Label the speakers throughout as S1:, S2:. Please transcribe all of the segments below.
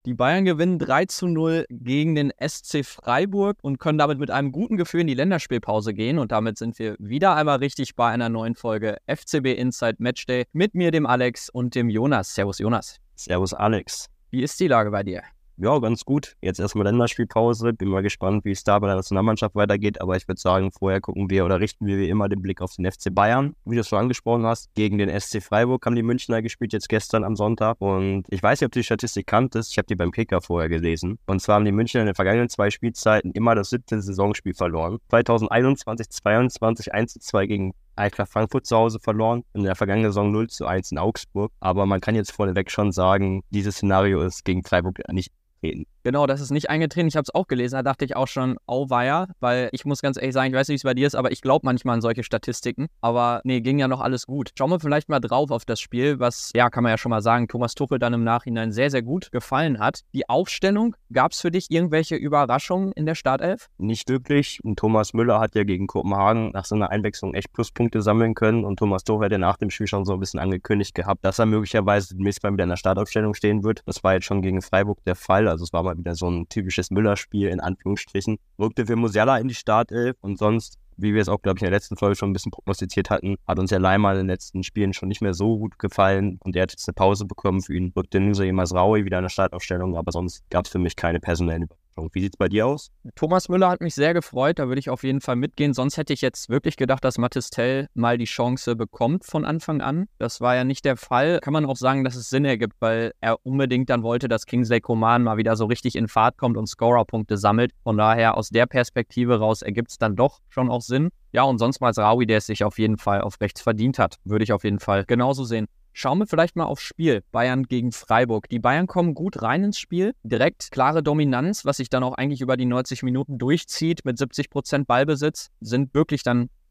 S1: Die Bayern gewinnen 3-0 gegen den SC Freiburg und können damit mit einem guten Gefühl in die Länderspielpause gehen. Und damit sind wir wieder einmal richtig bei einer neuen Folge FCB Inside Matchday mit mir, dem Alex und dem Jonas. Servus Jonas.
S2: Servus Alex.
S1: Wie ist die Lage bei dir?
S2: Ja, ganz gut. Jetzt erstmal Länderspielpause. Bin mal gespannt, wie es da bei der Nationalmannschaft weitergeht. Aber ich würde sagen, vorher gucken wir oder richten wir wie immer den Blick auf den FC Bayern. Wie du es schon angesprochen hast, gegen den SC Freiburg haben die Münchner gespielt, jetzt gestern am Sonntag. Und ich weiß nicht, ob du die Statistik kanntest. Ich habe die beim Kicker vorher gelesen. Und zwar haben die Münchner in den vergangenen 2 Spielzeiten immer das 7. Saisonspiel verloren. 2021, 22 1-2 gegen Eintracht Frankfurt zu Hause verloren. In der vergangenen Saison 0-1 in Augsburg. Aber man kann jetzt vorneweg schon sagen, dieses Szenario ist gegen Freiburg nicht reden.
S1: Genau, das ist nicht eingetreten. Ich habe es auch gelesen, da dachte ich auch schon, auweia, weil ich muss ganz ehrlich sagen, ich weiß nicht, wie es bei dir ist, aber ich glaube manchmal an solche Statistiken. Aber nee, ging ja noch alles gut. Schauen wir vielleicht mal drauf auf das Spiel, was, ja, kann man ja schon mal sagen, Thomas Tuchel dann im Nachhinein sehr, sehr gut gefallen hat. Die Aufstellung, gab es für dich irgendwelche Überraschungen in der Startelf?
S2: Nicht wirklich. Und Thomas Müller hat ja gegen Kopenhagen nach seiner Einwechslung echt Pluspunkte sammeln können. Und Thomas Tuchel hat ja nach dem Spiel schon so ein bisschen angekündigt gehabt, dass er möglicherweise demnächst mal wieder in der Startaufstellung stehen wird. Das war jetzt schon gegen Freiburg der Fall. Also es war mal wieder so ein typisches Müller-Spiel, in Anführungsstrichen. Rückte für Musiala in die Startelf und sonst, wie wir es auch, glaube ich, in der letzten Folge schon ein bisschen prognostiziert hatten, hat uns ja Leimer in den letzten Spielen schon nicht mehr so gut gefallen und er hat jetzt eine Pause bekommen. Für ihn rückte Nusayr Mazraoui wieder in der Startaufstellung, aber sonst gab es für mich keine personellen Überraschungen. Wie sieht es bei dir aus?
S1: Thomas Müller hat mich sehr gefreut, da würde ich auf jeden Fall mitgehen. Sonst hätte ich jetzt wirklich gedacht, dass Mathys Tel mal die Chance bekommt von Anfang an. Das war ja nicht der Fall. Kann man auch sagen, dass es Sinn ergibt, weil er unbedingt dann wollte, dass Kingsley Coman mal wieder so richtig in Fahrt kommt und Scorerpunkte sammelt. Von daher, aus der Perspektive raus ergibt es dann doch schon auch Sinn. Ja, und sonst mal Mazraoui, der es sich auf jeden Fall auf rechts verdient hat, würde ich auf jeden Fall genauso sehen. Schauen wir vielleicht mal aufs Spiel. Bayern gegen Freiburg. Die Bayern kommen gut rein ins Spiel. Direkt klare Dominanz, was sich dann auch eigentlich über die 90 Minuten durchzieht mit 70% Ballbesitz. Sind wirklich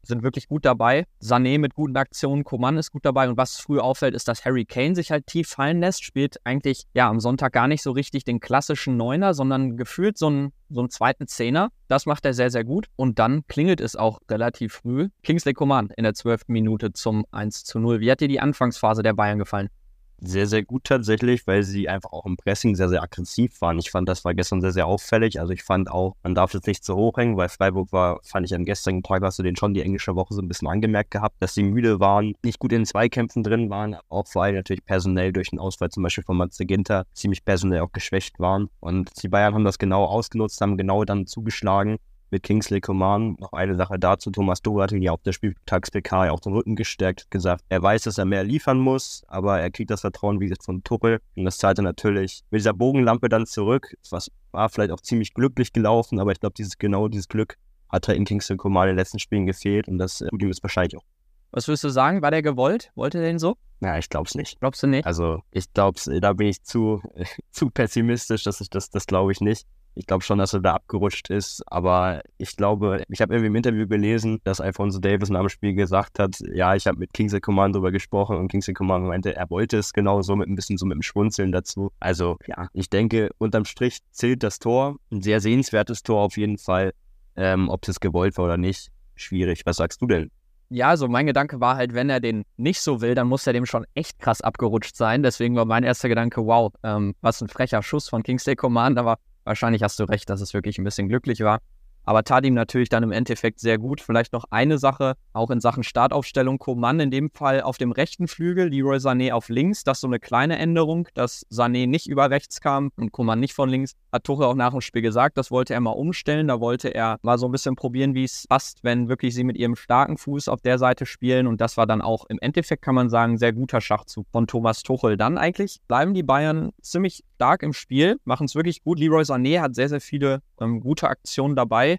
S1: gut dabei. Sané mit guten Aktionen, Coman ist gut dabei. Und was früh auffällt, ist, dass Harry Kane sich halt tief fallen lässt. Spielt eigentlich am Sonntag gar nicht so richtig den klassischen Neuner, sondern gefühlt so einen zweiten Zehner. Das macht er sehr, sehr gut. Und dann klingelt es auch relativ früh. Kingsley Coman in der 12. Minute zum 1-0. Wie hat dir die Anfangsphase der Bayern gefallen?
S2: Sehr, sehr gut tatsächlich, weil sie einfach auch im Pressing sehr, sehr aggressiv waren. Ich fand, das war gestern sehr, sehr auffällig. Also ich fand auch, man darf jetzt nicht zu hoch hängen, weil Freiburg war, fand ich am gestrigen Tag, hast du den schon die englische Woche so ein bisschen angemerkt gehabt, dass sie müde waren, nicht gut in Zweikämpfen drin waren, auch vor allem natürlich personell durch den Ausfall zum Beispiel von Mads Ginter ziemlich personell auch geschwächt waren. Und die Bayern haben das genau ausgenutzt, haben genau dann zugeschlagen. Mit Kingsley Coman. Noch eine Sache dazu, Thomas Tuchel hat ihn ja auf der Spieltags-PK ja auch den Rücken gestärkt, gesagt, er weiß, dass er mehr liefern muss, aber er kriegt das Vertrauen, wie gesagt, von Tuchel. Und das zahlt er natürlich mit dieser Bogenlampe dann zurück. Was war vielleicht auch ziemlich glücklich gelaufen, aber ich glaube, dieses Glück hat in Kingsley Coman in den letzten Spielen gefehlt und das tut ihm jetzt wahrscheinlich auch.
S1: Was würdest du sagen? War der gewollt? Wollte der den so?
S2: Ja, ich glaube es nicht.
S1: Glaubst du nicht?
S2: Also ich glaube, da bin ich zu pessimistisch, das glaube ich nicht. Ich glaube schon, dass er da abgerutscht ist, aber ich glaube, ich habe irgendwie im Interview gelesen, dass Alphonso Davies nach dem Spiel gesagt hat, ja, ich habe mit Kingsley Coman drüber gesprochen und Kingsley Coman meinte, er wollte es genau so mit ein bisschen so mit dem Schmunzeln dazu. Also ja, ich denke, unterm Strich zählt das Tor, ein sehr sehenswertes Tor auf jeden Fall. Ob es gewollt war oder nicht, schwierig. Was sagst du denn?
S1: Ja, also mein Gedanke war halt, wenn er den nicht so will, dann muss er dem schon echt krass abgerutscht sein. Deswegen war mein erster Gedanke, wow, was ein frecher Schuss von Kingsley Coman, aber wahrscheinlich hast du recht, dass es wirklich ein bisschen glücklich war. Aber tat ihm natürlich dann im Endeffekt sehr gut. Vielleicht noch eine Sache, auch in Sachen Startaufstellung. Coman in dem Fall auf dem rechten Flügel, Leroy Sané auf links. Das ist so eine kleine Änderung, dass Sané nicht über rechts kam und Coman nicht von links. Hat Tuchel auch nach dem Spiel gesagt, das wollte er mal umstellen. Da wollte er mal so ein bisschen probieren, wie es passt, wenn wirklich sie mit ihrem starken Fuß auf der Seite spielen. Und das war dann auch im Endeffekt, kann man sagen, sehr guter Schachzug von Thomas Tuchel. Dann eigentlich bleiben die Bayern ziemlich stark im Spiel, machen es wirklich gut. Leroy Sané hat sehr, sehr viele gute Aktionen dabei.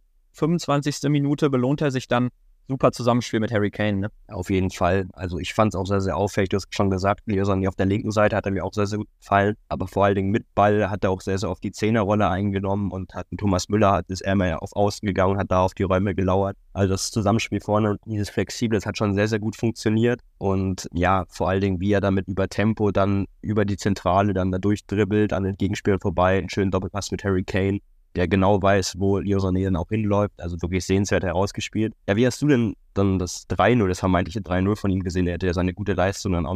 S1: 25. Minute belohnt er sich dann. Super Zusammenspiel mit Harry Kane, ne?
S2: Auf jeden Fall. Also ich fand es auch sehr, sehr auffällig. Du hast schon gesagt, Leroy Sané auf der linken Seite hat er mir auch sehr, sehr gut gefallen. Aber vor allen Dingen mit Ball hat er auch sehr, sehr auf die Zehnerrolle eingenommen und Thomas Müller ist er mal auf Außen gegangen, hat da auf die Räume gelauert. Also das Zusammenspiel vorne, dieses Flexible, das hat schon sehr, sehr gut funktioniert. Und ja, vor allen Dingen, wie er damit über Tempo dann über die Zentrale dann da durchdribbelt, an den Gegenspielern vorbei, einen schönen Doppelpass mit Harry Kane, der genau weiß, wo Leroy Sané dann auch hinläuft. Also wirklich sehenswert herausgespielt. Ja, wie hast du denn dann das 3-0, das vermeintliche 3-0 von ihm gesehen? Er hatte ja seine gute Leistung dann auch noch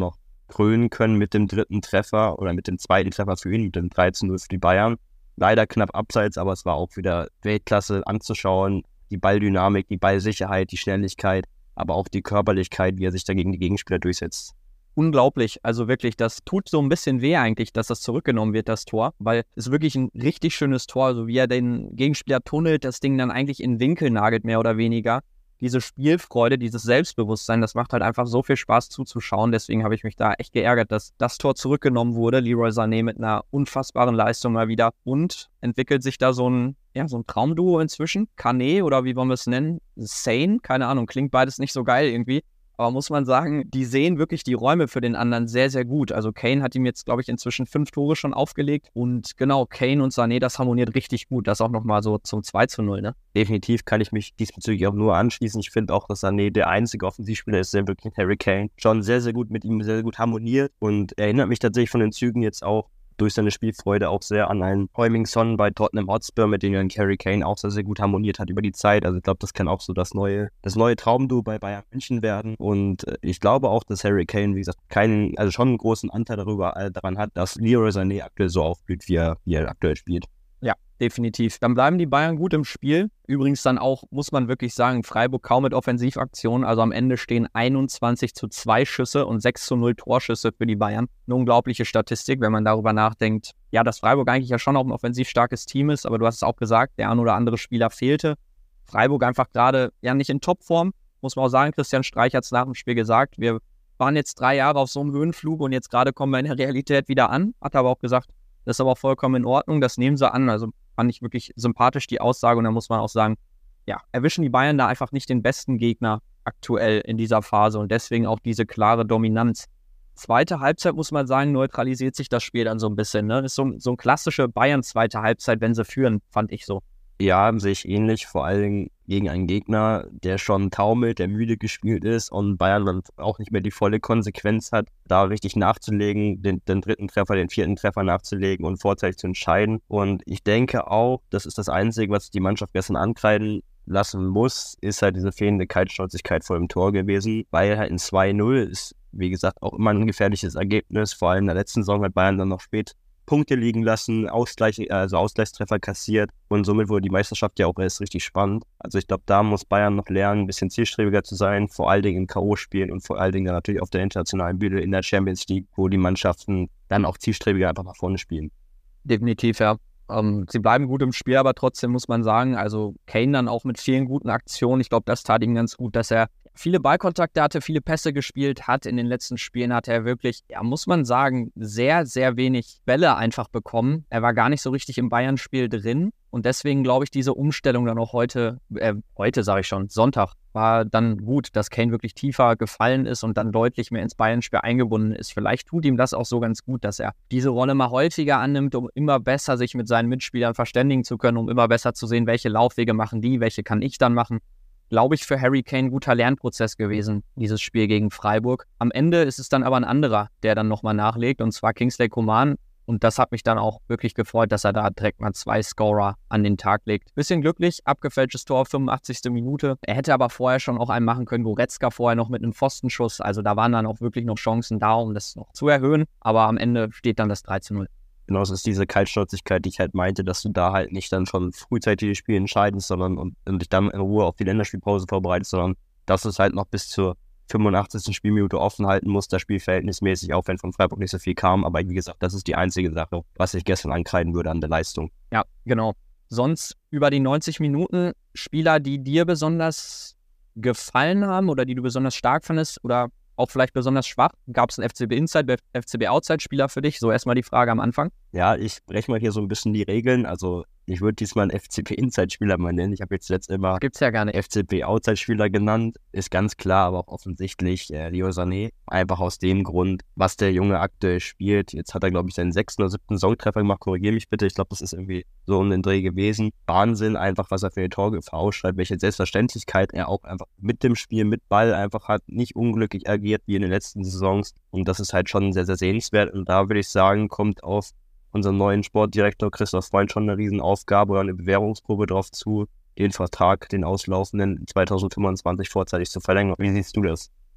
S2: krönen können mit dem dritten Treffer oder mit dem zweiten Treffer für ihn, mit dem 3:0 für die Bayern. Leider knapp abseits, aber es war auch wieder Weltklasse anzuschauen. Die Balldynamik, die Ballsicherheit, die Schnelligkeit, aber auch die Körperlichkeit, wie er sich da gegen die Gegenspieler durchsetzt.
S1: Unglaublich, also wirklich, das tut so ein bisschen weh eigentlich, dass das zurückgenommen wird, das Tor, weil es wirklich ein richtig schönes Tor, so wie er den Gegenspieler tunnelt, das Ding dann eigentlich in den Winkel nagelt, mehr oder weniger. Diese Spielfreude, dieses Selbstbewusstsein, das macht halt einfach so viel Spaß zuzuschauen, deswegen habe ich mich da echt geärgert, dass das Tor zurückgenommen wurde. Leroy Sané mit einer unfassbaren Leistung mal wieder und entwickelt sich da so ein Traumduo inzwischen, Kane oder wie wollen wir es nennen, Sane, keine Ahnung, klingt beides nicht so geil irgendwie. Aber muss man sagen, die sehen wirklich die Räume für den anderen sehr, sehr gut. Also Kane hat ihm jetzt, glaube ich, inzwischen 5 Tore schon aufgelegt. Und genau, Kane und Sané, das harmoniert richtig gut. Das auch nochmal so zum 2:0, ne?
S2: Definitiv kann ich mich diesbezüglich auch nur anschließen. Ich finde auch, dass Sané der einzige Offensivspieler ist, der wirklich Harry Kane schon sehr, sehr gut mit ihm sehr, sehr gut harmoniert. Und erinnert mich tatsächlich von den Zügen jetzt auch durch seine Spielfreude auch sehr an einen Heung-min-Son bei Tottenham Hotspur, mit dem dann Harry Kane auch sehr, sehr gut harmoniert hat über die Zeit. Also ich glaube, das kann auch so das neue Traumduo bei Bayern München werden. Und ich glaube auch, dass Harry Kane, wie gesagt, schon einen großen Anteil daran hat, dass Leroy Sané aktuell so aufblüht, wie er aktuell spielt.
S1: Ja, definitiv. Dann bleiben die Bayern gut im Spiel. Übrigens dann auch, muss man wirklich sagen, Freiburg kaum mit Offensivaktionen. Also am Ende stehen 21:2 Schüsse und 6:0 Torschüsse für die Bayern. Eine unglaubliche Statistik, wenn man darüber nachdenkt, ja, dass Freiburg eigentlich ja schon auch ein offensiv starkes Team ist. Aber du hast es auch gesagt, der ein oder andere Spieler fehlte. Freiburg einfach gerade ja nicht in Topform. Muss man auch sagen, Christian Streich hat es nach dem Spiel gesagt. Wir waren jetzt 3 Jahre auf so einem Höhenflug und jetzt gerade kommen wir in der Realität wieder an. Hat aber auch gesagt, das ist aber auch vollkommen in Ordnung, das nehmen sie an. Also fand ich wirklich sympathisch, die Aussage. Und da muss man auch sagen, ja, erwischen die Bayern da einfach nicht den besten Gegner aktuell in dieser Phase und deswegen auch diese klare Dominanz. Zweite Halbzeit, muss man sagen, neutralisiert sich das Spiel dann so ein bisschen. Ne? Das ist so eine klassische Bayern-zweite Halbzeit, wenn sie führen, fand ich so.
S2: Ja, sehe ich ähnlich, vor allen Dingen gegen einen Gegner, der schon taumelt, der müde gespielt ist und Bayern dann auch nicht mehr die volle Konsequenz hat, da richtig nachzulegen, den dritten Treffer, den vierten Treffer nachzulegen und vorzeitig zu entscheiden. Und ich denke auch, das ist das Einzige, was die Mannschaft gestern ankreiden lassen muss, ist halt diese fehlende Kaltschnäuzigkeit vor dem Tor gewesen, weil halt ein 2:0 ist, wie gesagt, auch immer ein gefährliches Ergebnis. Vor allem in der letzten Saison hat Bayern dann noch spät Punkte liegen lassen, Ausgleichstreffer kassiert und somit wurde die Meisterschaft ja auch erst richtig spannend. Also ich glaube, da muss Bayern noch lernen, ein bisschen zielstrebiger zu sein, vor allen Dingen in K.O.-Spielen und vor allen Dingen dann natürlich auf der internationalen Bühne in der Champions League, wo die Mannschaften dann auch zielstrebiger einfach nach vorne spielen.
S1: Definitiv, ja. Sie bleiben gut im Spiel, aber trotzdem muss man sagen, also Kane dann auch mit vielen guten Aktionen. Ich glaube, das tat ihm ganz gut, dass er viele Ballkontakte hatte, viele Pässe gespielt hat. In den letzten Spielen hatte er wirklich, ja, muss man sagen, sehr, sehr wenig Bälle einfach bekommen. Er war gar nicht so richtig im Bayern-Spiel drin. Und deswegen glaube ich, diese Umstellung dann auch Sonntag, war dann gut, dass Kane wirklich tiefer gefallen ist und dann deutlich mehr ins Bayern-Spiel eingebunden ist. Vielleicht tut ihm das auch so ganz gut, dass er diese Rolle mal häufiger annimmt, um immer besser sich mit seinen Mitspielern verständigen zu können, um immer besser zu sehen, welche Laufwege machen die, welche kann ich dann machen. Glaube ich, für Harry Kane ein guter Lernprozess gewesen, dieses Spiel gegen Freiburg. Am Ende ist es dann aber ein anderer, der dann nochmal nachlegt, und zwar Kingsley Coman. Und das hat mich dann auch wirklich gefreut, dass er da direkt mal 2 Scorer an den Tag legt. Bisschen glücklich, abgefälschtes Tor, 85. Minute. Er hätte aber vorher schon auch einen machen können, Goretzka vorher noch mit einem Pfostenschuss. Also da waren dann auch wirklich noch Chancen da, um das noch zu erhöhen. Aber am Ende steht dann das 3:0.
S2: Genau, es ist diese Kaltschnäuzigkeit, die ich halt meinte, dass du da halt nicht dann schon frühzeitig das Spiel entscheidest, sondern und dich dann in Ruhe auf die Länderspielpause vorbereitest, sondern dass du es halt noch bis zur 85. Spielminute offen halten muss, das Spiel verhältnismäßig, auch wenn von Freiburg nicht so viel kam. Aber wie gesagt, das ist die einzige Sache, was ich gestern ankreiden würde an der Leistung.
S1: Ja, genau. Sonst über die 90 Minuten Spieler, die dir besonders gefallen haben oder die du besonders stark fandest oder auch vielleicht besonders schwach? Gab es einen FCB Inside, FCB Outside Spieler für dich? So erstmal die Frage am Anfang.
S2: Ja, ich breche mal hier so ein bisschen die Regeln. Also ich würde diesmal einen FCB Inside-Spieler mal nennen. Ich habe jetzt immer
S1: Gibt's ja gar nicht.
S2: FCB Outside-Spieler genannt. Ist ganz klar, aber auch offensichtlich Leroy Sané. Einfach aus dem Grund, was der Junge aktuell spielt. Jetzt hat er, glaube ich, seinen 6. oder 7. Saisontreffer gemacht. Korrigiere mich bitte. Ich glaube, das ist irgendwie so um den Dreh gewesen. Wahnsinn, einfach, was er für eine Torgefahr ausschreibt. Welche Selbstverständlichkeit er auch einfach mit dem Spiel, mit Ball einfach hat. Nicht unglücklich agiert wie in den letzten Saisons. Und das ist halt schon sehr, sehr sehenswert. Und da würde ich sagen, kommt auf unseren neuen Sportdirektor Christoph Freund schon eine Riesenaufgabe oder eine Bewährungsprobe drauf zu, den Vertrag, den auslaufenden 2025 vorzeitig zu verlängern. Wie siehst du das?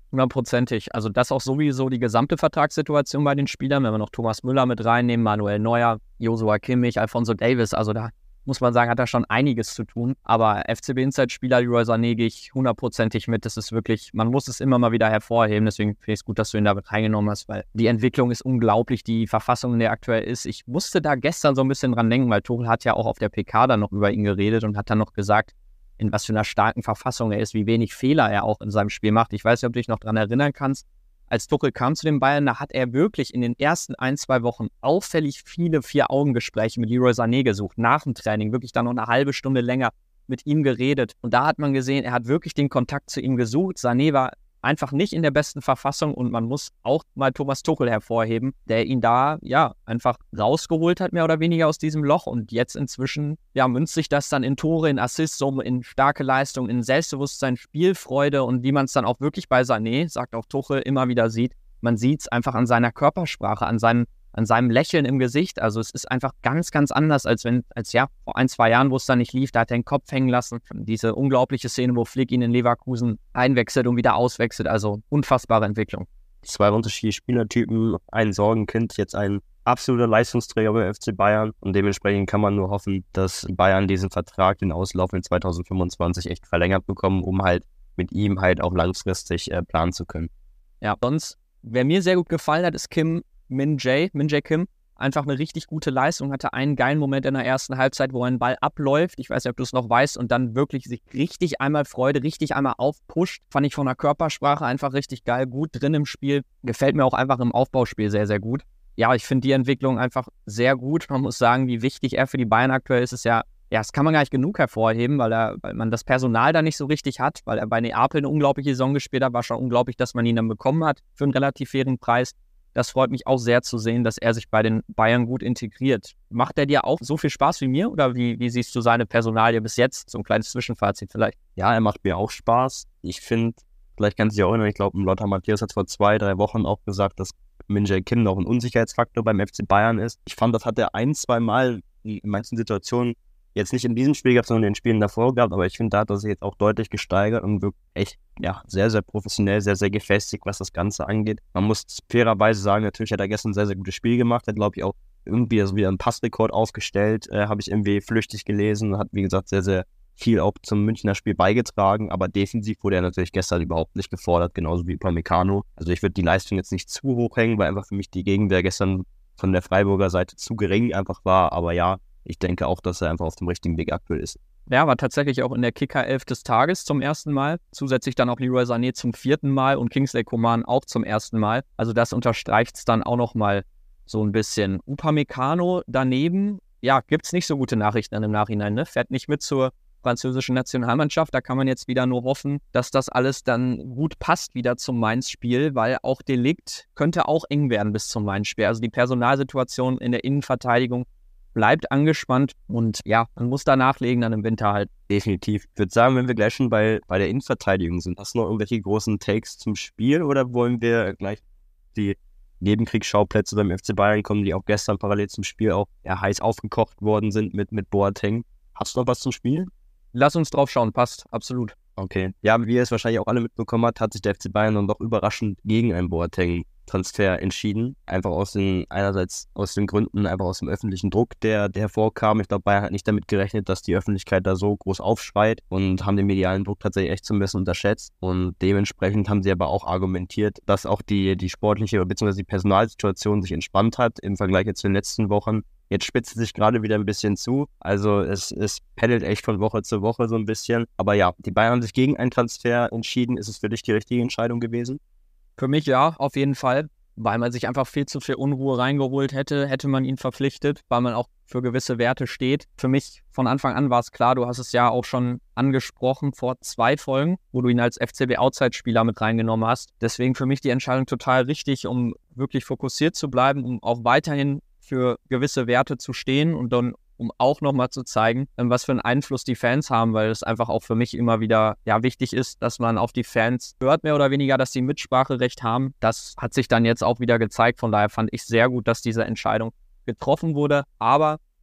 S1: 100%. Also das auch sowieso die gesamte Vertragssituation bei den Spielern, wenn wir noch Thomas Müller mit reinnehmen, Manuel Neuer, Joshua Kimmich, Alphonso Davies, also da muss man sagen, hat er schon einiges zu tun. Aber FCB-Inside-Spieler Leroy Sané gehe ich 100% mit. Das ist wirklich, man muss es immer mal wieder hervorheben. Deswegen finde ich es gut, dass du ihn da mit reingenommen hast, weil die Entwicklung ist unglaublich, die Verfassung, in der aktuell ist. Ich musste da gestern so ein bisschen dran denken, weil Tuchel hat ja auch auf der PK dann noch über ihn geredet und hat dann noch gesagt, in was für einer starken Verfassung er ist, wie wenig Fehler er auch in seinem Spiel macht. Ich weiß nicht, ob du dich noch dran erinnern kannst. Als Tuchel kam zu den Bayern, da hat er wirklich in den ersten 1-2 Wochen auffällig viele 4-Augen-Gespräche mit Leroy Sané gesucht, nach dem Training, wirklich dann noch eine halbe Stunde länger mit ihm geredet. Und da hat man gesehen, er hat wirklich den Kontakt zu ihm gesucht. Sané war einfach nicht in der besten Verfassung und man muss auch mal Thomas Tuchel hervorheben, der ihn da ja einfach rausgeholt hat, mehr oder weniger aus diesem Loch, und jetzt inzwischen ja münzt sich das dann in Tore, in Assists, in starke Leistung, in Selbstbewusstsein, Spielfreude, und wie man es dann auch wirklich bei Sané, sagt auch Tuchel, immer wieder sieht, man sieht es einfach an seiner Körpersprache, an seinem Lächeln im Gesicht. Also es ist einfach ganz, ganz anders, als vor 1-2 Jahren, wo es dann nicht lief. Da hat er den Kopf hängen lassen. Diese unglaubliche Szene, wo Flick ihn in Leverkusen einwechselt und wieder auswechselt. Also unfassbare Entwicklung.
S2: 2 unterschiedliche Spielertypen, ein Sorgenkind, jetzt ein absoluter Leistungsträger beim FC Bayern. Und dementsprechend kann man nur hoffen, dass Bayern diesen Vertrag, den Auslauf in 2025 echt verlängert bekommen, um halt mit ihm halt auch langfristig planen zu können.
S1: Ja, sonst, wer mir sehr gut gefallen hat, ist Min-Jae Kim. Einfach eine richtig gute Leistung, hatte einen geilen Moment in der ersten Halbzeit, wo ein Ball abläuft, ich weiß nicht, ob du es noch weißt, und dann wirklich sich richtig einmal Freude, richtig einmal aufpusht. Fand ich von der Körpersprache einfach richtig geil, gut drin im Spiel. Gefällt mir auch einfach im Aufbauspiel sehr, sehr gut. Ja, ich finde die Entwicklung einfach sehr gut. Man muss sagen, wie wichtig er für die Bayern aktuell ist, das kann man gar nicht genug hervorheben, weil man das Personal da nicht so richtig hat, weil er bei Neapel eine unglaubliche Saison gespielt hat. War schon unglaublich, dass man ihn dann bekommen hat für einen relativ fairen Preis. Das freut mich auch sehr zu sehen, dass er sich bei den Bayern gut integriert. Macht er dir auch so viel Spaß wie mir, oder wie siehst du seine Personalie bis jetzt? So ein kleines Zwischenfazit vielleicht.
S2: Ja, er macht mir auch Spaß. Ich finde, vielleicht kannst du dich auch erinnern, ich glaube, Lothar Matthäus hat vor 2-3 Wochen auch gesagt, dass Min-Jae Kim noch ein Unsicherheitsfaktor beim FC Bayern ist. Ich fand, das hat er 1-2 Mal in manchen Situationen, jetzt nicht in diesem Spiel gehabt, sondern in den Spielen davor gehabt, aber ich finde, da hat er sich jetzt auch deutlich gesteigert und wirkt echt, sehr, sehr professionell, sehr, sehr gefestigt, was das Ganze angeht. Man muss fairerweise sagen, natürlich hat er gestern ein sehr, sehr gutes Spiel gemacht, hat, glaube ich, auch irgendwie also wieder einen Passrekord aufgestellt, habe ich irgendwie flüchtig gelesen, hat, wie gesagt, sehr, sehr viel auch zum Münchner Spiel beigetragen, aber defensiv wurde er natürlich gestern überhaupt nicht gefordert, genauso wie Upamecano. Also ich würde die Leistung jetzt nicht zu hoch hängen, weil einfach für mich die Gegenwehr gestern von der Freiburger Seite zu gering einfach war, aber ja, ich denke auch, dass er einfach auf dem richtigen Weg aktuell ist.
S1: Ja, war tatsächlich auch in der Kicker-11 des Tages zum ersten Mal. Zusätzlich dann auch Leroy Sané zum 4. Mal und Kingsley Coman auch zum 1. Mal. Also das unterstreicht es dann auch nochmal so ein bisschen. Upamecano daneben, ja, gibt es nicht so gute Nachrichten dann im Nachhinein, ne? Fährt nicht mit zur französischen Nationalmannschaft. Da kann man jetzt wieder nur hoffen, dass das alles dann gut passt wieder zum Mainz-Spiel, weil auch De Ligt könnte auch eng werden bis zum Mainz-Spiel. Also die Personalsituation in der Innenverteidigung bleibt angespannt und ja, man muss da nachlegen dann im Winter halt.
S2: Definitiv. Ich würde sagen, wenn wir gleich schon bei der Innenverteidigung sind, hast du noch irgendwelche großen Takes zum Spiel oder wollen wir gleich die Nebenkriegsschauplätze beim FC Bayern kommen, die auch gestern parallel zum Spiel auch heiß aufgekocht worden sind mit Boateng? Hast du noch was zum Spiel?
S1: Lass uns drauf schauen, passt, absolut.
S2: Okay. Ja, wie ihr es wahrscheinlich auch alle mitbekommen habt, hat sich der FC Bayern dann doch überraschend gegen einen Boateng-Transfer entschieden. Einfach einerseits aus den Gründen, einfach aus dem öffentlichen Druck, der hervorkam. Ich glaube, Bayern hat nicht damit gerechnet, dass die Öffentlichkeit da so groß aufschreit und haben den medialen Druck tatsächlich echt so ein bisschen unterschätzt. Und dementsprechend haben sie aber auch argumentiert, dass auch die sportliche bzw. die Personalsituation sich entspannt hat im Vergleich jetzt zu den letzten Wochen. Jetzt spitzt es sich gerade wieder ein bisschen zu. Also es pendelt echt von Woche zu Woche so ein bisschen. Aber ja, die Bayern haben sich gegen einen Transfer entschieden. Ist es für dich die richtige Entscheidung gewesen?
S1: Für mich ja, auf jeden Fall. Weil man sich einfach viel zu viel Unruhe reingeholt hätte man ihn verpflichtet, weil man auch für gewisse Werte steht. Für mich von Anfang an war es klar, du hast es ja auch schon angesprochen vor 2 Folgen, wo du ihn als FCB-Outside-Spieler mit reingenommen hast. Deswegen für mich die Entscheidung total richtig, um wirklich fokussiert zu bleiben, um auch weiterhin für gewisse Werte zu stehen und dann um auch nochmal zu zeigen, was für einen Einfluss die Fans haben, weil es einfach auch für mich immer wieder wichtig ist, dass man auf die Fans hört, mehr oder weniger, dass sie Mitspracherecht haben. Das hat sich dann jetzt auch wieder gezeigt, von daher fand ich sehr gut, dass diese Entscheidung getroffen wurde, aber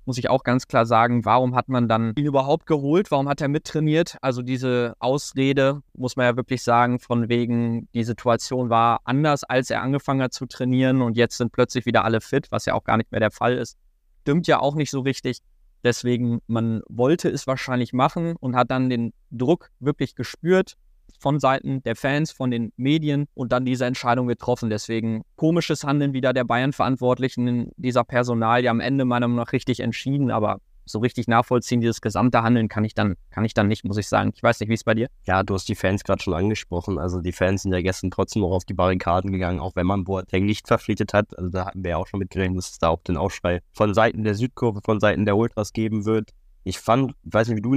S1: muss ich auch ganz klar sagen, warum hat man dann ihn überhaupt geholt? Warum hat er mittrainiert? Also diese Ausrede, muss man ja wirklich sagen, von wegen, die Situation war anders, als er angefangen hat zu trainieren und jetzt sind plötzlich wieder alle fit, was ja auch gar nicht mehr der Fall ist. Stimmt ja auch nicht so richtig. Deswegen, man wollte es wahrscheinlich machen und hat dann den Druck wirklich gespürt von Seiten der Fans, von den Medien und dann diese Entscheidung getroffen. Deswegen komisches Handeln wieder der Bayern-Verantwortlichen in dieser Personalie am Ende meiner Meinung nach richtig entschieden, aber so richtig nachvollziehen, dieses gesamte Handeln kann ich dann nicht, muss ich sagen. Ich weiß nicht, wie es bei dir?
S2: Ja, du hast die Fans gerade schon angesprochen. Also die Fans sind ja gestern trotzdem noch auf die Barrikaden gegangen, auch wenn man Boateng nicht verpflichtet hat. Also da hatten wir ja auch schon mitgerechnet, dass es da auch den Aufschrei von Seiten der Südkurve, von Seiten der Ultras geben wird. Ich weiß nicht, wie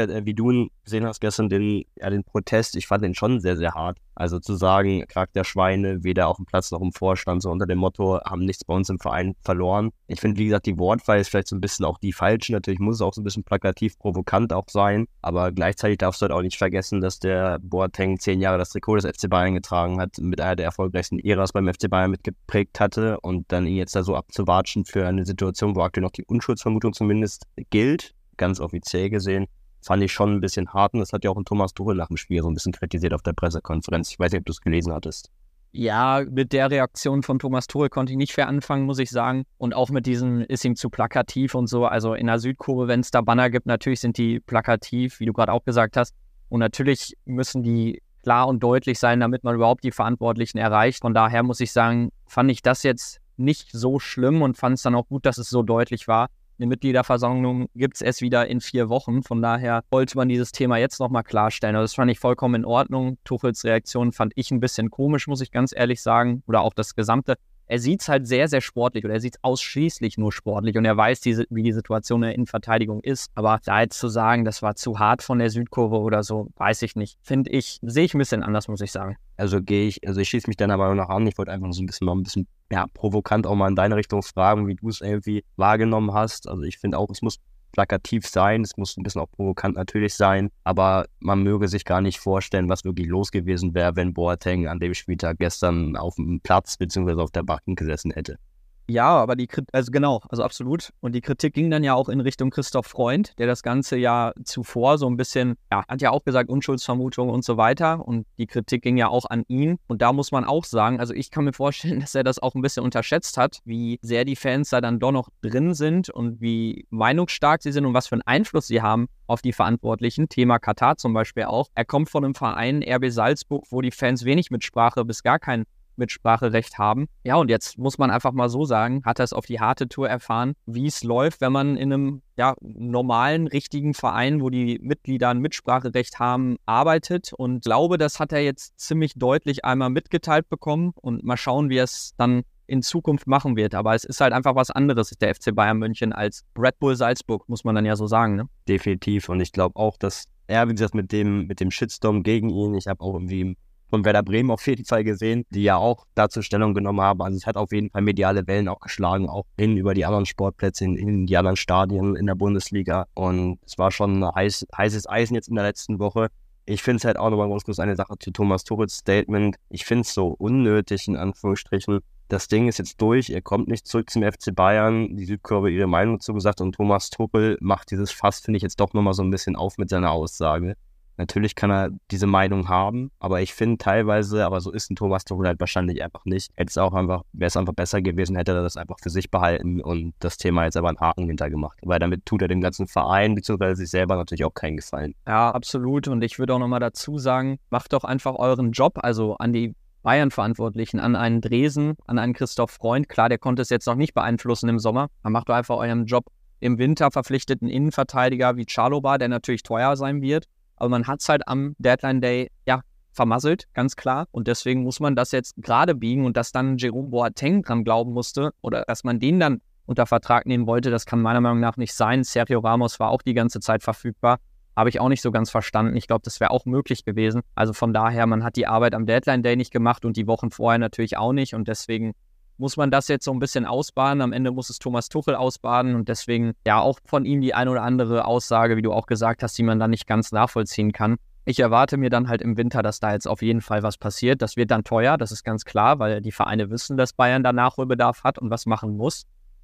S2: du ihn gesehen hast gestern, den Protest, ich fand den schon sehr, sehr hart. Also zu sagen, Charakter Schweine, weder auf dem Platz noch im Vorstand, so unter dem Motto, haben nichts bei uns im Verein verloren. Ich finde, wie gesagt, die Wortwahl ist vielleicht so ein bisschen auch die falsche. Natürlich muss es auch so ein bisschen plakativ, provokant auch sein. Aber gleichzeitig darfst du halt auch nicht vergessen, dass der Boateng 10 Jahre das Trikot des FC Bayern getragen hat, mit einer der erfolgreichsten Äras beim FC Bayern mitgeprägt hatte. Und dann ihn jetzt da so abzuwatschen für eine Situation, wo aktuell noch die Unschuldsvermutung zumindest gilt, ganz offiziell gesehen, fand ich schon ein bisschen hart. Und das hat ja auch ein Thomas Tuchel nach dem Spiel so ein bisschen kritisiert auf der Pressekonferenz. Ich weiß nicht, ob du es gelesen hattest.
S1: Ja, mit der Reaktion von Thomas Tuchel konnte ich nicht viel anfangen, muss ich sagen. Und auch mit diesem, ist ihm zu plakativ und so. Also in der Südkurve, wenn es da Banner gibt, natürlich sind die plakativ, wie du gerade auch gesagt hast. Und natürlich müssen die klar und deutlich sein, damit man überhaupt die Verantwortlichen erreicht. Von daher muss ich sagen, fand ich das jetzt nicht so schlimm und fand es dann auch gut, dass es so deutlich war. Eine Mitgliederversammlung gibt es erst wieder in 4 Wochen. Von daher wollte man dieses Thema jetzt nochmal klarstellen. Also das fand ich vollkommen in Ordnung. Tuchels Reaktion fand ich ein bisschen komisch, muss ich ganz ehrlich sagen. Oder auch das Gesamte. Er sieht es halt sehr, sehr sportlich oder er sieht es ausschließlich nur sportlich und er weiß, wie die Situation in der Innenverteidigung ist. Aber da jetzt zu sagen, das war zu hart von der Südkurve oder so, weiß ich nicht. Sehe ich ein bisschen anders, muss ich sagen.
S2: Also ich schließe mich deiner Meinung nach an. Ich wollte einfach so ein bisschen provokant auch mal in deine Richtung fragen, wie du es irgendwie wahrgenommen hast. Also ich finde auch, es muss plakativ sein, es muss ein bisschen auch provokant natürlich sein, aber man möge sich gar nicht vorstellen, was wirklich los gewesen wäre, wenn Boateng an dem Spieltag gestern auf dem Platz bzw. auf der Bank gesessen hätte.
S1: Ja, aber also absolut. Und die Kritik ging dann ja auch in Richtung Christoph Freund, der das ganze Jahr zuvor so ein bisschen, hat ja auch gesagt, Unschuldsvermutung und so weiter. Und die Kritik ging ja auch an ihn. Und da muss man auch sagen, also ich kann mir vorstellen, dass er das auch ein bisschen unterschätzt hat, wie sehr die Fans da dann doch noch drin sind und wie meinungsstark sie sind und was für einen Einfluss sie haben auf die Verantwortlichen. Thema Katar zum Beispiel auch. Er kommt von einem Verein, RB Salzburg, wo die Fans wenig Mitsprache bis gar kein Mitspracherecht haben. Ja, und jetzt muss man einfach mal so sagen, hat er es auf die harte Tour erfahren, wie es läuft, wenn man in einem normalen, richtigen Verein, wo die Mitglieder ein Mitspracherecht haben, arbeitet. Und glaube, das hat er jetzt ziemlich deutlich einmal mitgeteilt bekommen. Und mal schauen, wie er es dann in Zukunft machen wird. Aber es ist halt einfach was anderes, der FC Bayern München, als Red Bull Salzburg, muss man dann ja so sagen, ne?
S2: Definitiv. Und ich glaube auch, dass er, wie gesagt, mit dem Shitstorm gegen ihn, ich habe auch irgendwie von Werder Bremen auf jeden Fall gesehen, die ja auch dazu Stellung genommen haben. Also es hat auf jeden Fall mediale Wellen auch geschlagen, auch hin über die anderen Sportplätze, in die anderen Stadien in der Bundesliga. Und es war schon ein heißes Eisen jetzt in der letzten Woche. Ich finde es halt auch nochmal ganz kurz eine Sache zu Thomas Tuchels Statement. Ich finde es so unnötig, in Anführungsstrichen. Das Ding ist jetzt durch, er kommt nicht zurück zum FC Bayern, die Südkurve ihre Meinung zugesagt und Thomas Tuchel macht dieses Fass, finde ich, jetzt doch nochmal so ein bisschen auf mit seiner Aussage. Natürlich kann er diese Meinung haben, aber ich finde teilweise, aber so ist ein Thomas Tuchel halt wahrscheinlich einfach nicht. Wäre es einfach besser gewesen, hätte er das einfach für sich behalten und das Thema jetzt aber einen Haken hintergemacht. Weil damit tut er dem ganzen Verein bzw. sich selber natürlich auch keinen Gefallen.
S1: Ja, absolut. Und ich würde auch nochmal dazu sagen, macht doch einfach euren Job, also an die Bayern-Verantwortlichen, an einen Dresen, an einen Christoph Freund. Klar, der konnte es jetzt noch nicht beeinflussen im Sommer. Dann macht doch einfach euren Job. Im Winter verpflichteten Innenverteidiger wie Chalobah, der natürlich teuer sein wird. Aber man hat es halt am Deadline Day, vermasselt, ganz klar. Und deswegen muss man das jetzt gerade biegen und dass dann Jerome Boateng dran glauben musste oder dass man den dann unter Vertrag nehmen wollte, das kann meiner Meinung nach nicht sein. Sergio Ramos war auch die ganze Zeit verfügbar. Habe ich auch nicht so ganz verstanden. Ich glaube, das wäre auch möglich gewesen. Also von daher, man hat die Arbeit am Deadline Day nicht gemacht und die Wochen vorher natürlich auch nicht. Und deswegen muss man das jetzt so ein bisschen ausbaden. Am Ende muss es Thomas Tuchel ausbaden und deswegen auch von ihm die eine oder andere Aussage, wie du auch gesagt hast, die man dann nicht ganz nachvollziehen kann. Ich erwarte mir dann halt im Winter, dass da jetzt auf jeden Fall was passiert. Das wird dann teuer, das ist ganz klar, weil die Vereine wissen, dass Bayern da Nachholbedarf hat und was machen muss.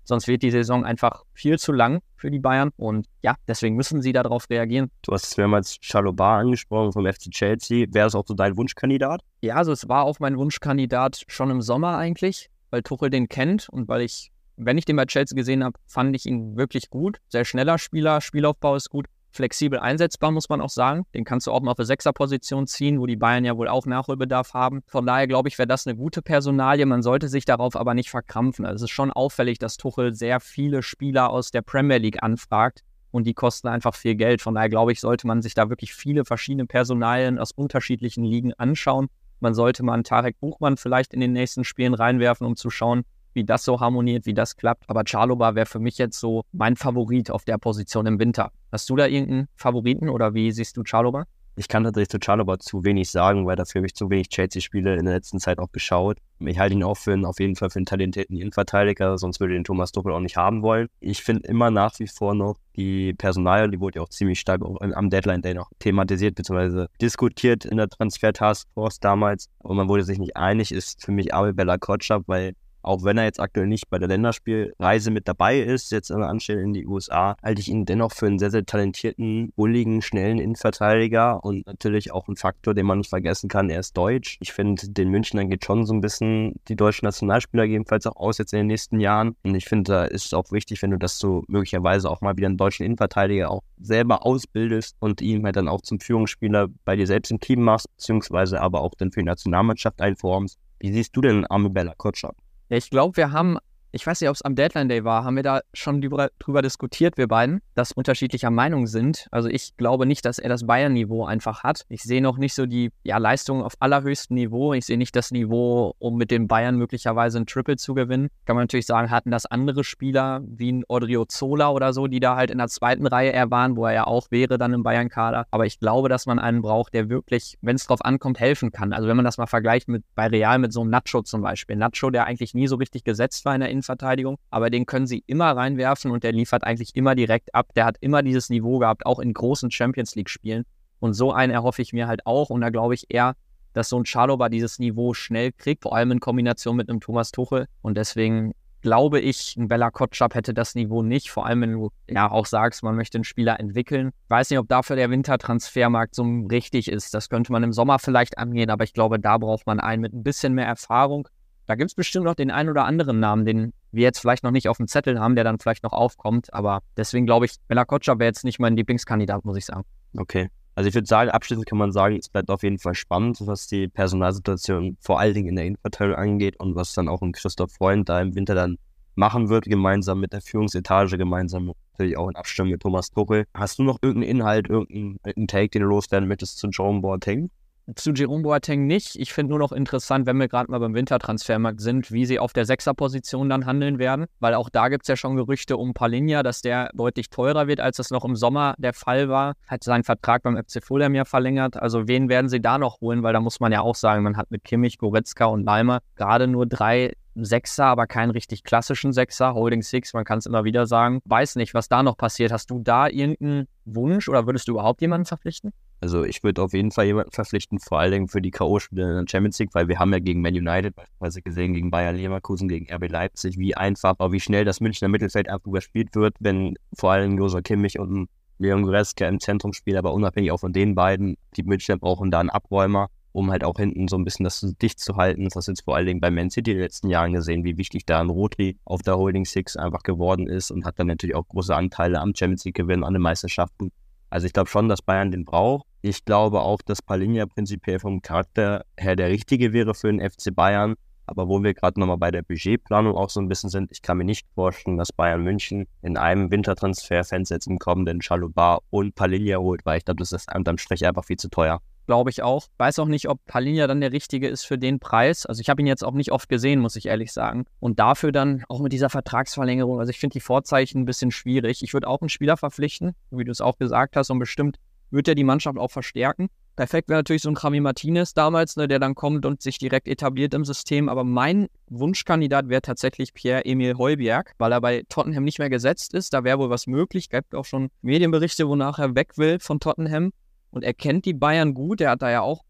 S1: Sonst wird die Saison einfach viel zu lang für die Bayern. Und ja, deswegen müssen sie darauf reagieren.
S2: Du hast es mehrmals Chalobah angesprochen vom FC Chelsea. Wäre es auch so dein Wunschkandidat?
S1: Ja, also es war auch mein Wunschkandidat schon im Sommer eigentlich, weil Tuchel den kennt und weil wenn ich den bei Chelsea gesehen habe, fand ich ihn wirklich gut. Sehr schneller Spieler, Spielaufbau ist gut. Flexibel einsetzbar, muss man auch sagen. Den kannst du auch mal auf eine Sechserposition ziehen, wo die Bayern ja wohl auch Nachholbedarf haben. Von daher glaube ich, wäre das eine gute Personalie. Man sollte sich darauf aber nicht verkrampfen. Also es ist schon auffällig, dass Tuchel sehr viele Spieler aus der Premier League anfragt und die kosten einfach viel Geld. Von daher glaube ich, sollte man sich da wirklich viele verschiedene Personalien aus unterschiedlichen Ligen anschauen. Man sollte mal einen Tarek Buchmann vielleicht in den nächsten Spielen reinwerfen, um zu schauen, wie das so harmoniert, wie das klappt. Aber Chalobah wäre für mich jetzt so mein Favorit auf der Position im Winter. Hast du da irgendeinen Favoriten oder wie siehst du Chalobah?
S2: Ich kann tatsächlich zu Chalobah zu wenig sagen, weil dafür habe ich zu wenig Chelsea-Spiele in der letzten Zeit auch geschaut. Ich halte ihn auch auf jeden Fall für einen talentierten Innenverteidiger, sonst würde den Thomas Tuchel auch nicht haben wollen. Ich finde immer nach wie vor noch die Personalie, die wurde ja auch ziemlich stark am Deadline Day noch thematisiert bzw. diskutiert in der Transfer-Taskforce damals. Und man wurde sich nicht einig, ist für mich Amel Bella-Kotschap, weil auch wenn er jetzt aktuell nicht bei der Länderspielreise mit dabei ist, jetzt ansteht in die USA, halte ich ihn dennoch für einen sehr, sehr talentierten, bulligen, schnellen Innenverteidiger und natürlich auch ein Faktor, den man nicht vergessen kann, er ist deutsch. Ich finde, den Münchnern geht schon so ein bisschen die deutschen Nationalspieler jedenfalls auch aus jetzt in den nächsten Jahren. Und ich finde, da ist es auch wichtig, wenn du das so möglicherweise auch mal wieder einen deutschen Innenverteidiger auch selber ausbildest und ihn halt dann auch zum Führungsspieler bei dir selbst im Team machst, beziehungsweise aber auch dann für die Nationalmannschaft einformst. Wie siehst du denn Amel Bella-Kotschap?
S1: Ja, ich glaube, ich weiß nicht, ob es am Deadline Day war, haben wir da schon drüber diskutiert, wir beiden, dass wir unterschiedlicher Meinung sind. Also ich glaube nicht, dass er das Bayern-Niveau einfach hat. Ich sehe noch nicht so die Leistungen auf allerhöchstem Niveau. Ich sehe nicht das Niveau, um mit den Bayern möglicherweise ein Triple zu gewinnen. Kann man natürlich sagen, hatten das andere Spieler wie ein Odriozola oder so, die da halt in der zweiten Reihe eher waren, wo er ja auch wäre dann im Bayern-Kader. Aber ich glaube, dass man einen braucht, der wirklich, wenn es drauf ankommt, helfen kann. Also wenn man das mal vergleicht bei Real mit so einem Nacho zum Beispiel. Nacho, der eigentlich nie so richtig gesetzt war in der Innenverteidigung, aber den können sie immer reinwerfen und der liefert eigentlich immer direkt ab. Der hat immer dieses Niveau gehabt, auch in großen Champions-League-Spielen. Und so einen erhoffe ich mir halt auch. Und da glaube ich eher, dass so ein Chalobah dieses Niveau schnell kriegt, vor allem in Kombination mit einem Thomas Tuchel. Und deswegen glaube ich, ein Bella-Kotschap hätte das Niveau nicht. Vor allem, wenn du ja auch sagst, man möchte einen Spieler entwickeln. Ich weiß nicht, ob dafür der Wintertransfermarkt so richtig ist. Das könnte man im Sommer vielleicht angehen, aber ich glaube, da braucht man einen mit ein bisschen mehr Erfahrung. Da gibt es bestimmt noch den einen oder anderen Namen, den wir jetzt vielleicht noch nicht auf dem Zettel haben, der dann vielleicht noch aufkommt. Aber deswegen glaube ich, Bella-Kotschap wäre jetzt nicht mein Lieblingskandidat, muss ich sagen.
S2: Okay. Also ich würde sagen, abschließend kann man sagen, es bleibt auf jeden Fall spannend, was die Personalsituation vor allen Dingen in der Innenverteidigung angeht und was dann auch ein Christoph Freund da im Winter dann machen wird, gemeinsam mit der Führungsetage, gemeinsam natürlich auch in Abstimmung mit Thomas Tuchel. Hast du noch irgendeinen Inhalt, irgendeinen Take, den du loswerden möchtest zu Jerome Boateng?
S1: Zu Jerome Boateng nicht. Ich finde nur noch interessant, wenn wir gerade mal beim Wintertransfermarkt sind, wie sie auf der Sechserposition dann handeln werden, weil auch da gibt es ja schon Gerüchte um Palhinha, dass der deutlich teurer wird, als das noch im Sommer der Fall war. Hat seinen Vertrag beim FC Fulham ja verlängert. Also wen werden sie da noch holen? Weil da muss man ja auch sagen, man hat mit Kimmich, Goretzka und Leimer gerade nur 3 Sechser, aber keinen richtig klassischen Sechser, Holding Six, man kann es immer wieder sagen. Weiß nicht, was da noch passiert. Hast du da irgendeinen Wunsch oder würdest du überhaupt jemanden verpflichten?
S2: Also ich würde auf jeden Fall jemanden verpflichten, vor allen Dingen für die K.O.-Spiele in der Champions League, weil wir haben ja gegen Man United beispielsweise gesehen, gegen Bayer Leverkusen, gegen RB Leipzig, wie einfach, aber wie schnell das Münchner Mittelfeld einfach überspielt wird, wenn vor allem Joshua Kimmich und Leon Goretzka im Zentrum spielen, aber unabhängig auch von den beiden, die Münchner brauchen da einen Abräumer, um halt auch hinten so ein bisschen das dicht zu halten. Das hast du jetzt vor allen Dingen bei Man City in den letzten Jahren gesehen, wie wichtig da ein Rodri auf der Holding Six einfach geworden ist und hat dann natürlich auch große Anteile am Champions League Gewinn, an den Meisterschaften. Also ich glaube schon, dass Bayern den braucht. Ich glaube auch, dass Palhinha prinzipiell vom Charakter her der Richtige wäre für den FC Bayern. Aber wo wir gerade nochmal bei der Budgetplanung auch so ein bisschen sind, ich kann mir nicht vorstellen, dass Bayern München in einem Wintertransferfenster jetzt im kommenden Chalobah und Palhinha holt, weil ich glaube, das ist unterm Strich einfach viel zu teuer.
S1: Glaube ich auch. Weiß auch nicht, ob Palhinha dann der Richtige ist für den Preis. Also ich habe ihn jetzt auch nicht oft gesehen, muss ich ehrlich sagen. Und dafür dann auch mit dieser Vertragsverlängerung, also ich finde die Vorzeichen ein bisschen schwierig. Ich würde auch einen Spieler verpflichten, wie du es auch gesagt hast, und bestimmt wird er die Mannschaft auch verstärken. Perfekt wäre natürlich so ein Javi Martinez damals, ne, der dann kommt und sich direkt etabliert im System. Aber mein Wunschkandidat wäre tatsächlich Pierre-Emil Højbjerg, weil er bei Tottenham nicht mehr gesetzt ist. Da wäre wohl was möglich. Es gibt auch schon Medienberichte, wonach er weg will von Tottenham. Und er kennt die Bayern gut. Er hat da ja auch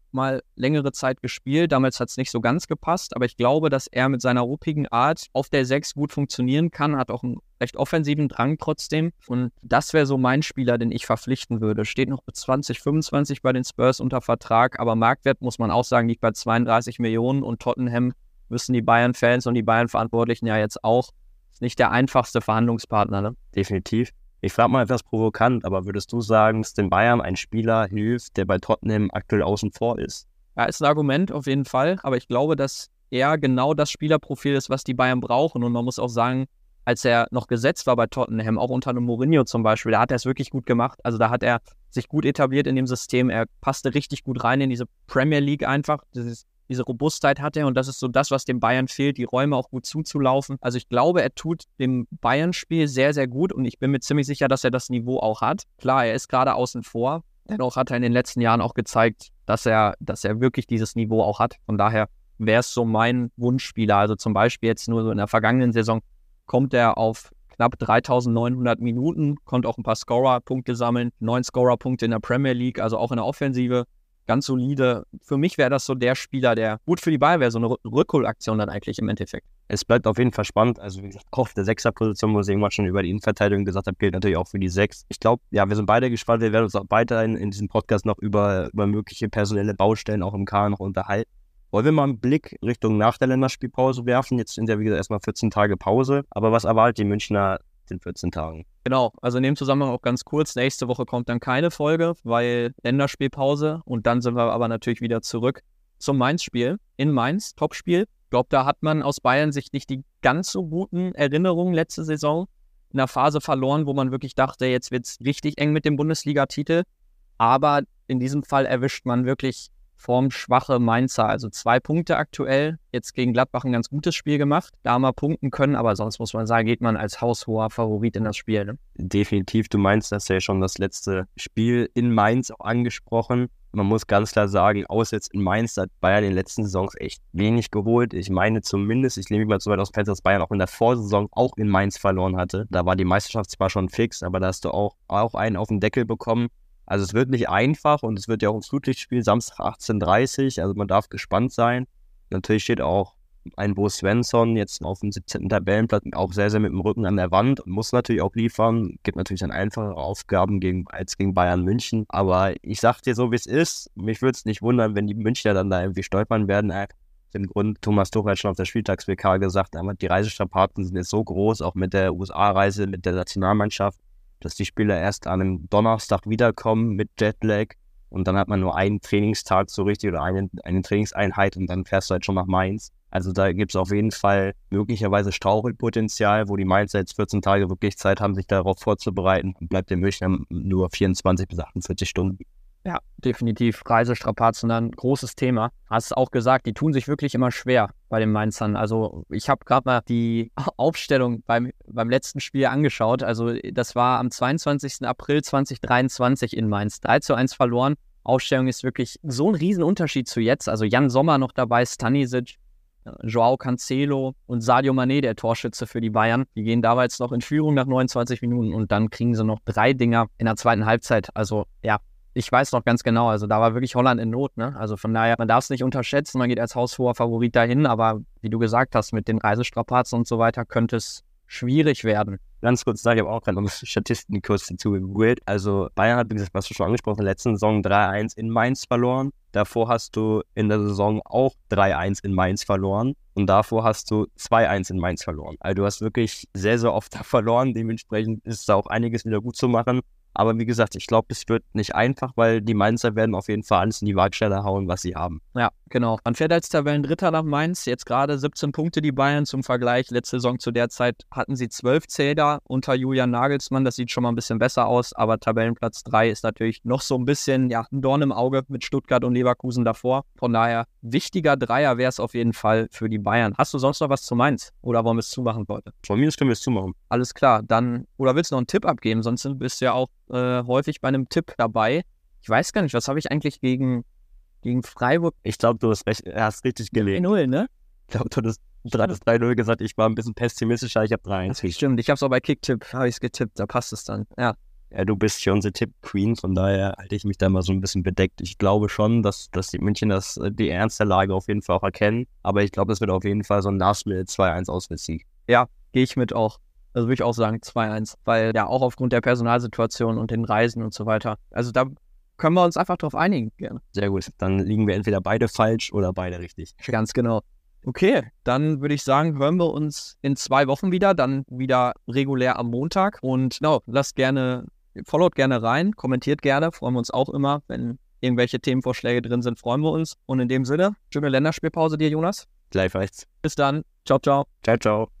S1: mal längere Zeit gespielt. Damals hat es nicht so ganz gepasst, aber ich glaube, dass er mit seiner ruppigen Art auf der 6 gut funktionieren kann, hat auch einen recht offensiven Drang trotzdem. Und das wäre so mein Spieler, den ich verpflichten würde. Steht noch bis 2025 bei den Spurs unter Vertrag, aber Marktwert, muss man auch sagen, liegt bei 32 Millionen und Tottenham, wissen die Bayern-Fans und die Bayern-Verantwortlichen ja jetzt auch, ist nicht der einfachste Verhandlungspartner, ne?
S2: Definitiv. Ich frage mal etwas provokant, aber würdest du sagen, dass den Bayern ein Spieler hilft, der bei Tottenham aktuell außen vor ist?
S1: Ja, ist ein Argument auf jeden Fall, aber ich glaube, dass er genau das Spielerprofil ist, was die Bayern brauchen. Und man muss auch sagen, als er noch gesetzt war bei Tottenham, auch unter einem Mourinho zum Beispiel, da hat er es wirklich gut gemacht. Also da hat er sich gut etabliert in dem System. Er passte richtig gut rein in diese Premier League einfach. Diese Robustheit hat er und das ist so das, was dem Bayern fehlt, die Räume auch gut zuzulaufen. Also ich glaube, er tut dem Bayern-Spiel sehr, sehr gut und ich bin mir ziemlich sicher, dass er das Niveau auch hat. Klar, er ist gerade außen vor, dennoch hat er in den letzten Jahren auch gezeigt, dass er wirklich dieses Niveau auch hat. Von daher wäre es so mein Wunschspieler. Also zum Beispiel jetzt nur so in der vergangenen Saison kommt er auf knapp 3.900 Minuten, konnte auch ein paar Scorer-Punkte sammeln, 9 Scorer-Punkte in der Premier League, also auch in der Offensive. Ganz solide. Für mich wäre das so der Spieler, der gut für die Bayern wäre, so eine Rückholaktion dann eigentlich im Endeffekt.
S2: Es bleibt auf jeden Fall spannend. Also wie gesagt, auch auf der 6er-Position, wo ich irgendwann schon über die Innenverteidigung gesagt habe, gilt natürlich auch für die 6. Ich glaube, ja, wir sind beide gespannt. Wir werden uns auch weiterhin in diesem Podcast noch über mögliche personelle Baustellen auch im Kader noch unterhalten. Wollen wir mal einen Blick Richtung nach der Länderspielpause werfen? Jetzt sind ja, wie gesagt, erstmal 14 Tage Pause. Aber was erwartet die Münchner in 14 Tagen?
S1: Genau, also in dem Zusammenhang auch ganz kurz, nächste Woche kommt dann keine Folge, weil Länderspielpause und dann sind wir aber natürlich wieder zurück zum Mainz-Spiel. In Mainz, Topspiel. Ich glaube, da hat man aus Bayern-Sicht nicht die ganz so guten Erinnerungen letzte Saison. In einer Phase verloren, wo man wirklich dachte, jetzt wird es richtig eng mit dem Bundesliga-Titel. Aber in diesem Fall erwischt man wirklich formschwache Mainzer, also 2 Punkte aktuell, jetzt gegen Gladbach ein ganz gutes Spiel gemacht, da mal punkten können, aber sonst muss man sagen, geht man als haushoher Favorit in das Spiel. Ne?
S2: Definitiv, du meinst, das ja schon das letzte Spiel in Mainz auch angesprochen. Man muss ganz klar sagen, außer jetzt in Mainz hat Bayern in den letzten Saisons echt wenig geholt. Ich meine zumindest, ich lehne mich mal so weit aus dem Fenster, dass Bayern auch in der Vorsaison auch in Mainz verloren hatte. Da war die Meisterschaft zwar schon fix, aber da hast du auch einen auf den Deckel bekommen. Also es wird nicht einfach und es wird ja auch ein Flutlichtspiel, Samstag 18:30 Uhr, also man darf gespannt sein. Natürlich steht auch ein Bo Svensson jetzt auf dem 17. Tabellenplatz auch sehr, sehr mit dem Rücken an der Wand und muss natürlich auch liefern. Gibt natürlich dann einfachere Aufgaben als gegen Bayern München. Aber ich sag dir so, wie es ist. Mich würde es nicht wundern, wenn die Münchner dann da irgendwie stolpern werden. Im Grund, Thomas Tuchel hat schon auf der Spieltags-WK gesagt, die Reisestrapazen sind jetzt so groß, auch mit der USA-Reise, mit der Nationalmannschaft, dass die Spieler erst an einem Donnerstag wiederkommen mit Jetlag und dann hat man nur einen Trainingstag so richtig oder eine Trainingseinheit und dann fährst du halt schon nach Mainz. Also da gibt es auf jeden Fall möglicherweise Strauchelpotenzial, wo die Mainzer jetzt 14 Tage wirklich Zeit haben, sich darauf vorzubereiten und bleibt der Münchner nur 24 bis 48 Stunden.
S1: Ja, definitiv. Reisestrapazen dann großes Thema. Hast auch gesagt, die tun sich wirklich immer schwer bei den Mainzern. Also ich habe gerade mal die Aufstellung beim letzten Spiel angeschaut. Also das war am 22. April 2023 in Mainz. 3:1 verloren. Aufstellung ist wirklich so ein Riesenunterschied zu jetzt. Also Jan Sommer noch dabei, Stanisic, Joao Cancelo und Sadio Mané, der Torschütze für die Bayern. Die gehen damals noch in Führung nach 29 Minuten und dann kriegen sie noch 3 Dinger in der zweiten Halbzeit. Also ja, ich weiß noch ganz genau, also da war wirklich Holland in Not, ne? Also von daher, man darf es nicht unterschätzen, man geht als haushoher Favorit dahin, aber wie du gesagt hast, mit den Reisestrapazen und so weiter könnte es schwierig werden.
S2: Ganz kurz, ich habe auch gerade noch Statistiken kurz dazu gegoogelt. Also Bayern hat, wie gesagt, was du schon angesprochen hast, in der letzten Saison 3:1 in Mainz verloren. Davor hast du in der Saison auch 3:1 in Mainz verloren und davor hast du 2:1 in Mainz verloren. Also du hast wirklich sehr, sehr oft da verloren, dementsprechend ist da auch einiges wieder gut zu machen. Aber wie gesagt, ich glaube, es wird nicht einfach, weil die Mainzer werden auf jeden Fall alles in die Waagschale hauen, was sie haben.
S1: Ja, genau. Man fährt als Tabellendritter nach Mainz. Jetzt gerade 17 Punkte die Bayern zum Vergleich. Letzte Saison zu der Zeit hatten sie 12 Zähler unter Julian Nagelsmann. Das sieht schon mal ein bisschen besser aus. Aber Tabellenplatz 3 ist natürlich noch so ein bisschen ein Dorn im Auge mit Stuttgart und Leverkusen davor. Von daher, wichtiger Dreier wäre es auf jeden Fall für die Bayern. Hast du sonst noch was zu Mainz? Oder wollen wir es zumachen heute?
S2: Von mir können wir es zumachen.
S1: Alles klar, dann, oder willst du noch einen Tipp abgeben? Sonst bist du ja auch häufig bei einem Tipp dabei. Ich weiß gar nicht, was habe ich eigentlich gegen Freiburg?
S2: Ich glaube, du hast richtig gelegen.
S1: 3-0, ne?
S2: Ich glaube, du hast 3-0 gesagt. Ich war ein bisschen pessimistischer. Ich habe 3-1.
S1: Stimmt, ich habe es auch bei Kicktipp, habe ich es getippt. Da passt es dann. Ja,
S2: Ja, du bist hier unsere Tipp-Queen, von daher halte ich mich da mal so ein bisschen bedeckt. Ich glaube schon, dass die München die Ernst der Lage auf jeden Fall auch erkennen, aber ich glaube, es wird auf jeden Fall so ein Last-Minute 2-1 Auswärtssieg.
S1: Ja, gehe ich mit auch. Also würde ich auch sagen 2-1, weil ja auch aufgrund der Personalsituation und den Reisen und so weiter. Also da können wir uns einfach drauf einigen, gerne.
S2: Sehr gut, dann liegen wir entweder beide falsch oder beide richtig.
S1: Ganz genau. Okay, dann würde ich sagen, hören wir uns in 2 Wochen wieder, dann wieder regulär am Montag. Und genau, followt gerne rein, kommentiert gerne, freuen wir uns auch immer. Wenn irgendwelche Themenvorschläge drin sind, freuen wir uns. Und in dem Sinne, schöne Länderspielpause dir, Jonas.
S2: Gleichfalls.
S1: Bis dann. Ciao, ciao.
S2: Ciao, ciao.